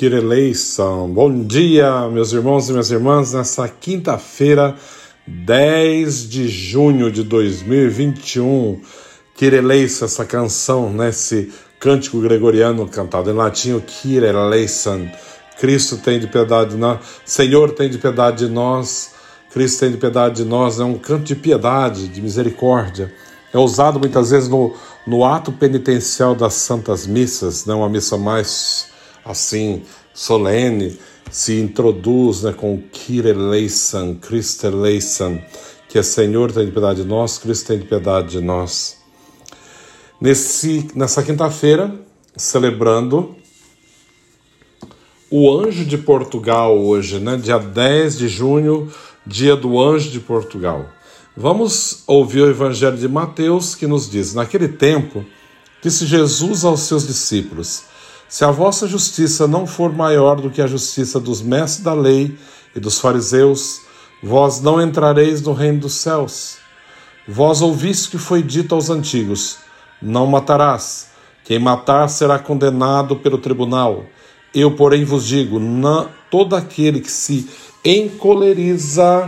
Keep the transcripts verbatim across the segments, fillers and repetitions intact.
Kyrie eleison. Bom dia, meus irmãos e minhas irmãs, nessa quinta-feira, dez de junho de dois mil e vinte e um. Kyrie eleison, essa canção, né, esse cântico gregoriano cantado em latim, o Kyrie eleison. Cristo tem de piedade de nós, Senhor tem de piedade de nós, Cristo tem de piedade de nós, é um canto de piedade, de misericórdia. É usado muitas vezes no, no ato penitencial das Santas Missas, né, uma missa mais assim, solene, se introduz, né, com Kyrie eleison, Christe eleison, que é Senhor tem de piedade de nós, Cristo tem de piedade de nós. Nesse, nessa quinta-feira, celebrando o Anjo de Portugal hoje, né, dia dez de junho, dia do Anjo de Portugal. Vamos ouvir o Evangelho de Mateus, que nos diz: naquele tempo, disse Jesus aos seus discípulos: se a vossa justiça não for maior do que a justiça dos mestres da lei e dos fariseus, vós não entrareis no reino dos céus. Vós ouviste que foi dito aos antigos: não matarás. Quem matar será condenado pelo tribunal. Eu, porém, vos digo, não, todo aquele que se encoleriza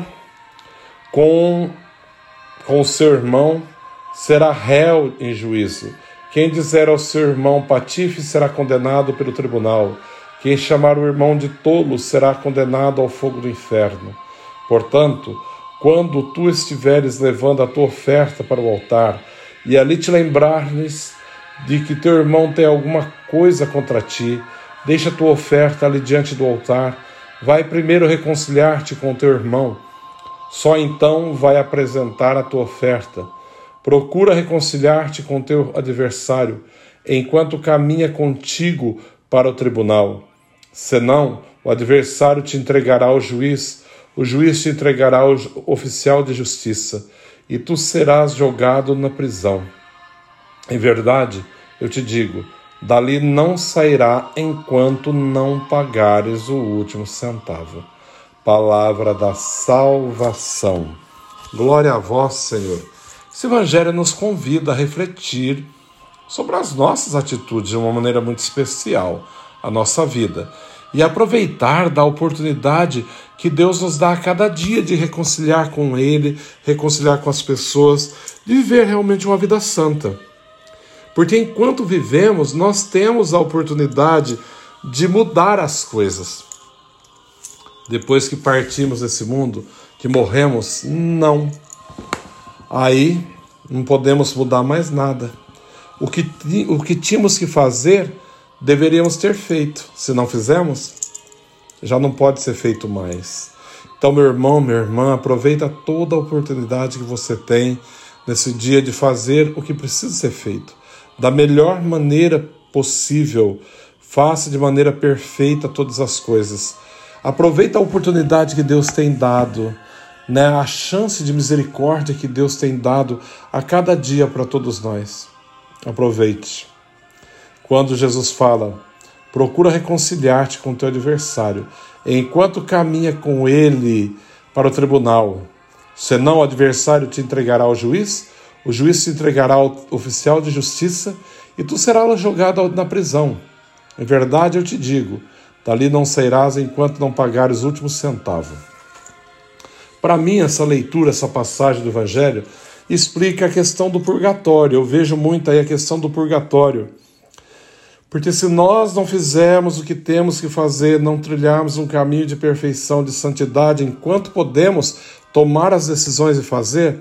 com, com o seu irmão será réu em juízo. Quem dizer ao seu irmão patife será condenado pelo tribunal. Quem chamar o irmão de tolo será condenado ao fogo do inferno. Portanto, quando tu estiveres levando a tua oferta para o altar, e ali te lembrares de que teu irmão tem alguma coisa contra ti, deixa a tua oferta ali diante do altar, vai primeiro reconciliar-te com teu irmão, só então vai apresentar a tua oferta. Procura reconciliar-te com teu adversário, enquanto caminha contigo para o tribunal. Senão, o adversário te entregará ao juiz, o juiz te entregará ao oficial de justiça, e tu serás jogado na prisão. Em verdade, eu te digo, dali não sairá enquanto não pagares o último centavo. Palavra da salvação. Glória a vós, Senhor. Esse Evangelho nos convida a refletir sobre as nossas atitudes de uma maneira muito especial, a nossa vida, e aproveitar da oportunidade que Deus nos dá a cada dia de reconciliar com Ele, reconciliar com as pessoas, de viver realmente uma vida santa. Porque enquanto vivemos, nós temos a oportunidade de mudar as coisas. Depois que partimos desse mundo, que morremos, não. Aí não podemos mudar mais nada. O que, o que tínhamos que fazer, deveríamos ter feito. Se não fizemos, já não pode ser feito mais. Então, meu irmão, minha irmã, aproveita toda a oportunidade que você tem nesse dia de fazer o que precisa ser feito. Da melhor maneira possível, faça de maneira perfeita todas as coisas. Aproveita a oportunidade que Deus tem dado, né? A chance de misericórdia que Deus tem dado a cada dia para todos nós. Aproveite. Quando Jesus fala, procura reconciliar-te com o teu adversário, enquanto caminha com ele para o tribunal. Senão o adversário te entregará ao juiz, o juiz te entregará ao oficial de justiça, e tu serás jogado na prisão. Em verdade eu te digo, dali não sairás enquanto não pagares o último centavo. Para mim, essa leitura, essa passagem do Evangelho, explica a questão do purgatório. Eu vejo muito aí a questão do purgatório. Porque se nós não fizermos o que temos que fazer, não trilharmos um caminho de perfeição, de santidade, enquanto podemos tomar as decisões e fazer,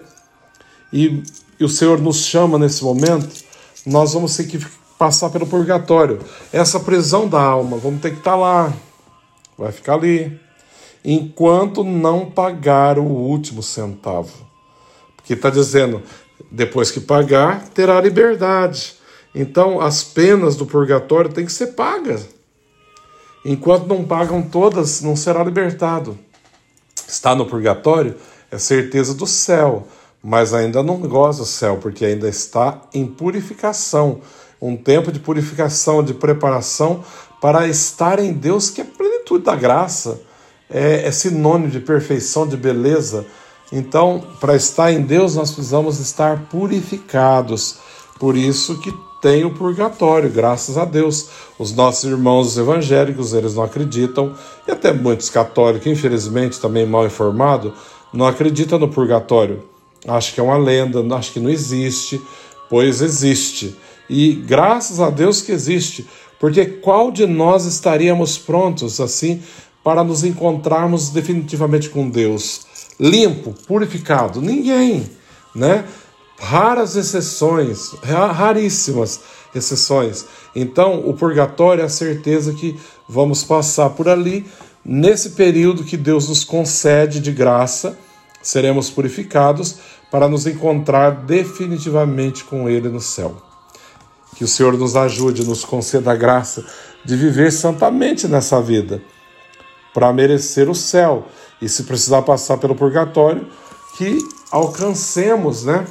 e, e o Senhor nos chama nesse momento, nós vamos ter que passar pelo purgatório. Essa prisão da alma, vamos ter que estar lá, vai ficar ali, enquanto não pagar o último centavo. Porque está dizendo, depois que pagar, terá liberdade. Então, as penas do purgatório têm que ser pagas. Enquanto não pagam todas, não será libertado. Está no purgatório é certeza do céu, mas ainda não goza do céu, porque ainda está em purificação. Um tempo de purificação, de preparação para estar em Deus, que é a plenitude da graça. É, é sinônimo de perfeição, de beleza. Então, para estar em Deus, nós precisamos estar purificados. Por isso que tem o purgatório, graças a Deus. Os nossos irmãos evangélicos, eles não acreditam, e até muitos católicos, infelizmente, também mal informados, não acreditam no purgatório. Acho que é uma lenda, acho que não existe, pois existe. E graças a Deus que existe, porque qual de nós estaríamos prontos assim para nos encontrarmos definitivamente com Deus? Limpo, purificado? Ninguém, né? Raras exceções, raríssimas exceções. Então, o purgatório é a certeza que vamos passar por ali, nesse período que Deus nos concede de graça, seremos purificados para nos encontrar definitivamente com Ele no céu. Que o Senhor nos ajude, nos conceda a graça de viver santamente nessa vida, para merecer o céu. E se precisar passar pelo purgatório, que alcancemos, né,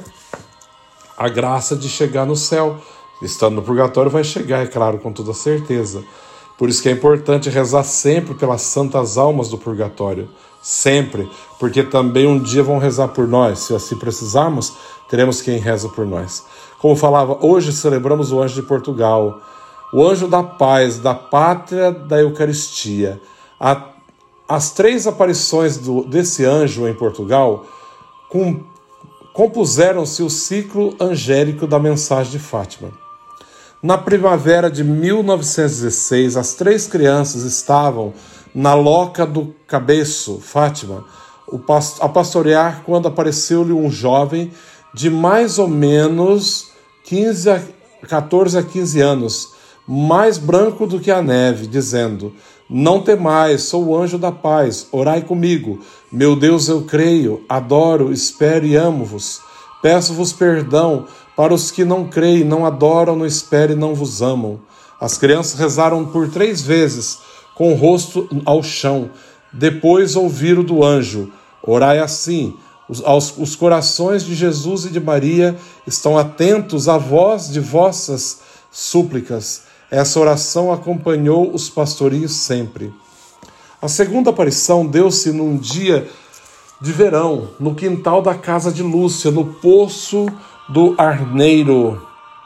a graça de chegar no céu. Estando no purgatório vai chegar, é claro, com toda certeza. Por isso que é importante rezar sempre pelas santas almas do purgatório. Sempre. Porque também um dia vão rezar por nós. Se assim precisarmos, teremos quem reza por nós. Como falava, hoje celebramos o anjo de Portugal, o anjo da paz, da pátria, da Eucaristia. A, as três aparições do, desse anjo em Portugal com, compuseram-se o ciclo angélico da mensagem de Fátima. Na primavera de mil novecentos e dezesseis, as três crianças estavam na loca do Cabeço, Fátima, a pastorear quando apareceu-lhe um jovem de mais ou menos quinze a, catorze a quinze anos, mais branco do que a neve, dizendo: não temais, sou o anjo da paz, orai comigo. Meu Deus, eu creio, adoro, espero e amo-vos. Peço-vos perdão para os que não creem, não adoram, não esperam e não vos amam. As crianças rezaram por três vezes, com o rosto ao chão. Depois ouviram do anjo: orai assim. Os, aos, os corações de Jesus e de Maria estão atentos à voz de vossas súplicas. Essa oração acompanhou os pastorinhos sempre. A segunda aparição deu-se num dia de verão, no quintal da casa de Lúcia, no poço do Arneiro.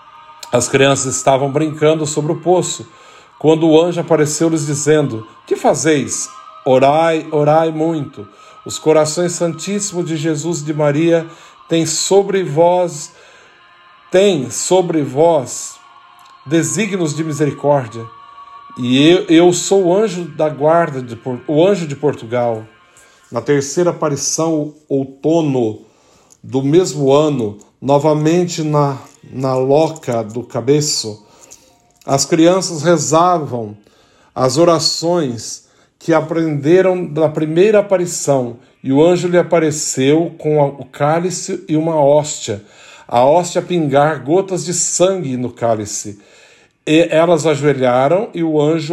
As crianças estavam brincando sobre o poço, quando o anjo apareceu-lhes dizendo: que fazeis? Orai, orai muito. Os corações santíssimos de Jesus e de Maria têm sobre vós, têm sobre vós desígnios de misericórdia. E eu, eu sou o anjo da guarda, de, o anjo de Portugal. Na terceira aparição, outono do mesmo ano, novamente na, na loca do Cabeço, as crianças rezavam as orações que aprenderam da primeira aparição, e o anjo lhe apareceu com o cálice e uma hóstia, a hóstia pingar gotas de sangue no cálice. E elas ajoelharam e o anjo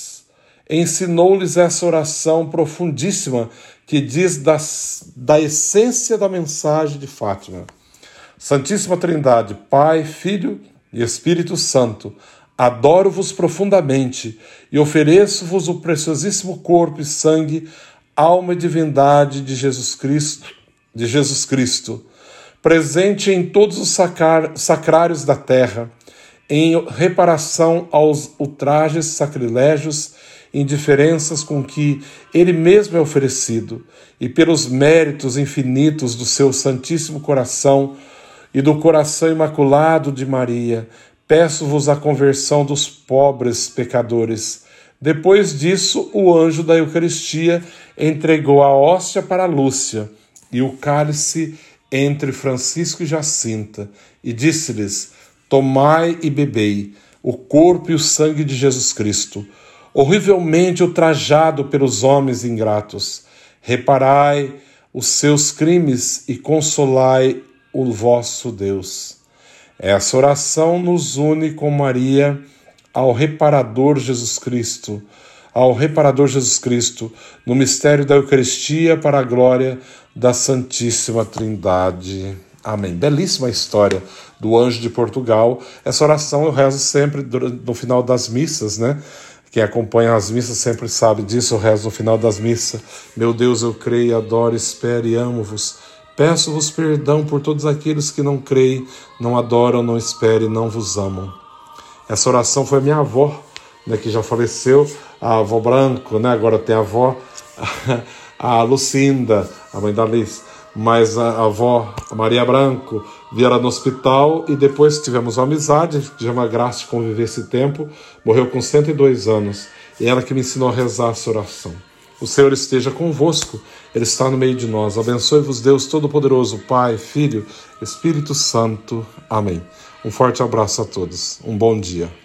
ensinou-lhes essa oração profundíssima que diz das, da essência da mensagem de Fátima. Santíssima Trindade, Pai, Filho e Espírito Santo, adoro-vos profundamente e ofereço-vos o preciosíssimo corpo e sangue, alma e divindade de Jesus Cristo, de Jesus Cristo, presente em todos os sacrar, sacrários da terra, em reparação aos ultrajes, sacrilégios e indiferenças com que ele mesmo é oferecido, e pelos méritos infinitos do seu Santíssimo Coração e do coração imaculado de Maria, peço-vos a conversão dos pobres pecadores. Depois disso, o anjo da Eucaristia entregou a hóstia para Lúcia e o cálice entre Francisco e Jacinta, e disse-lhes: tomai e bebei o corpo e o sangue de Jesus Cristo, horrivelmente ultrajado pelos homens ingratos. Reparai os seus crimes e consolai o vosso Deus. Essa oração nos une com Maria ao reparador Jesus Cristo, ao reparador Jesus Cristo, no mistério da Eucaristia para a glória da Santíssima Trindade. Amém. Belíssima história do anjo de Portugal. Essa oração eu rezo sempre no final das missas, né? Quem acompanha as missas sempre sabe disso, eu rezo no final das missas. Meu Deus, eu creio, adoro, espero e amo-vos. Peço-vos perdão por todos aqueles que não creem, não adoram, não esperam e não vos amam. Essa oração foi minha avó, né, que já faleceu, a avó Branco, né, agora tem a avó, a Lucinda, a mãe da Liz, mas a avó a Maria Branco vieram no hospital e depois tivemos uma amizade, tivemos a graça de conviver esse tempo, morreu com cento e dois anos, e ela que me ensinou a rezar essa oração. O Senhor esteja convosco, Ele está no meio de nós. Abençoe-vos Deus Todo-Poderoso, Pai, Filho, Espírito Santo. Amém. Um forte abraço a todos. Um bom dia.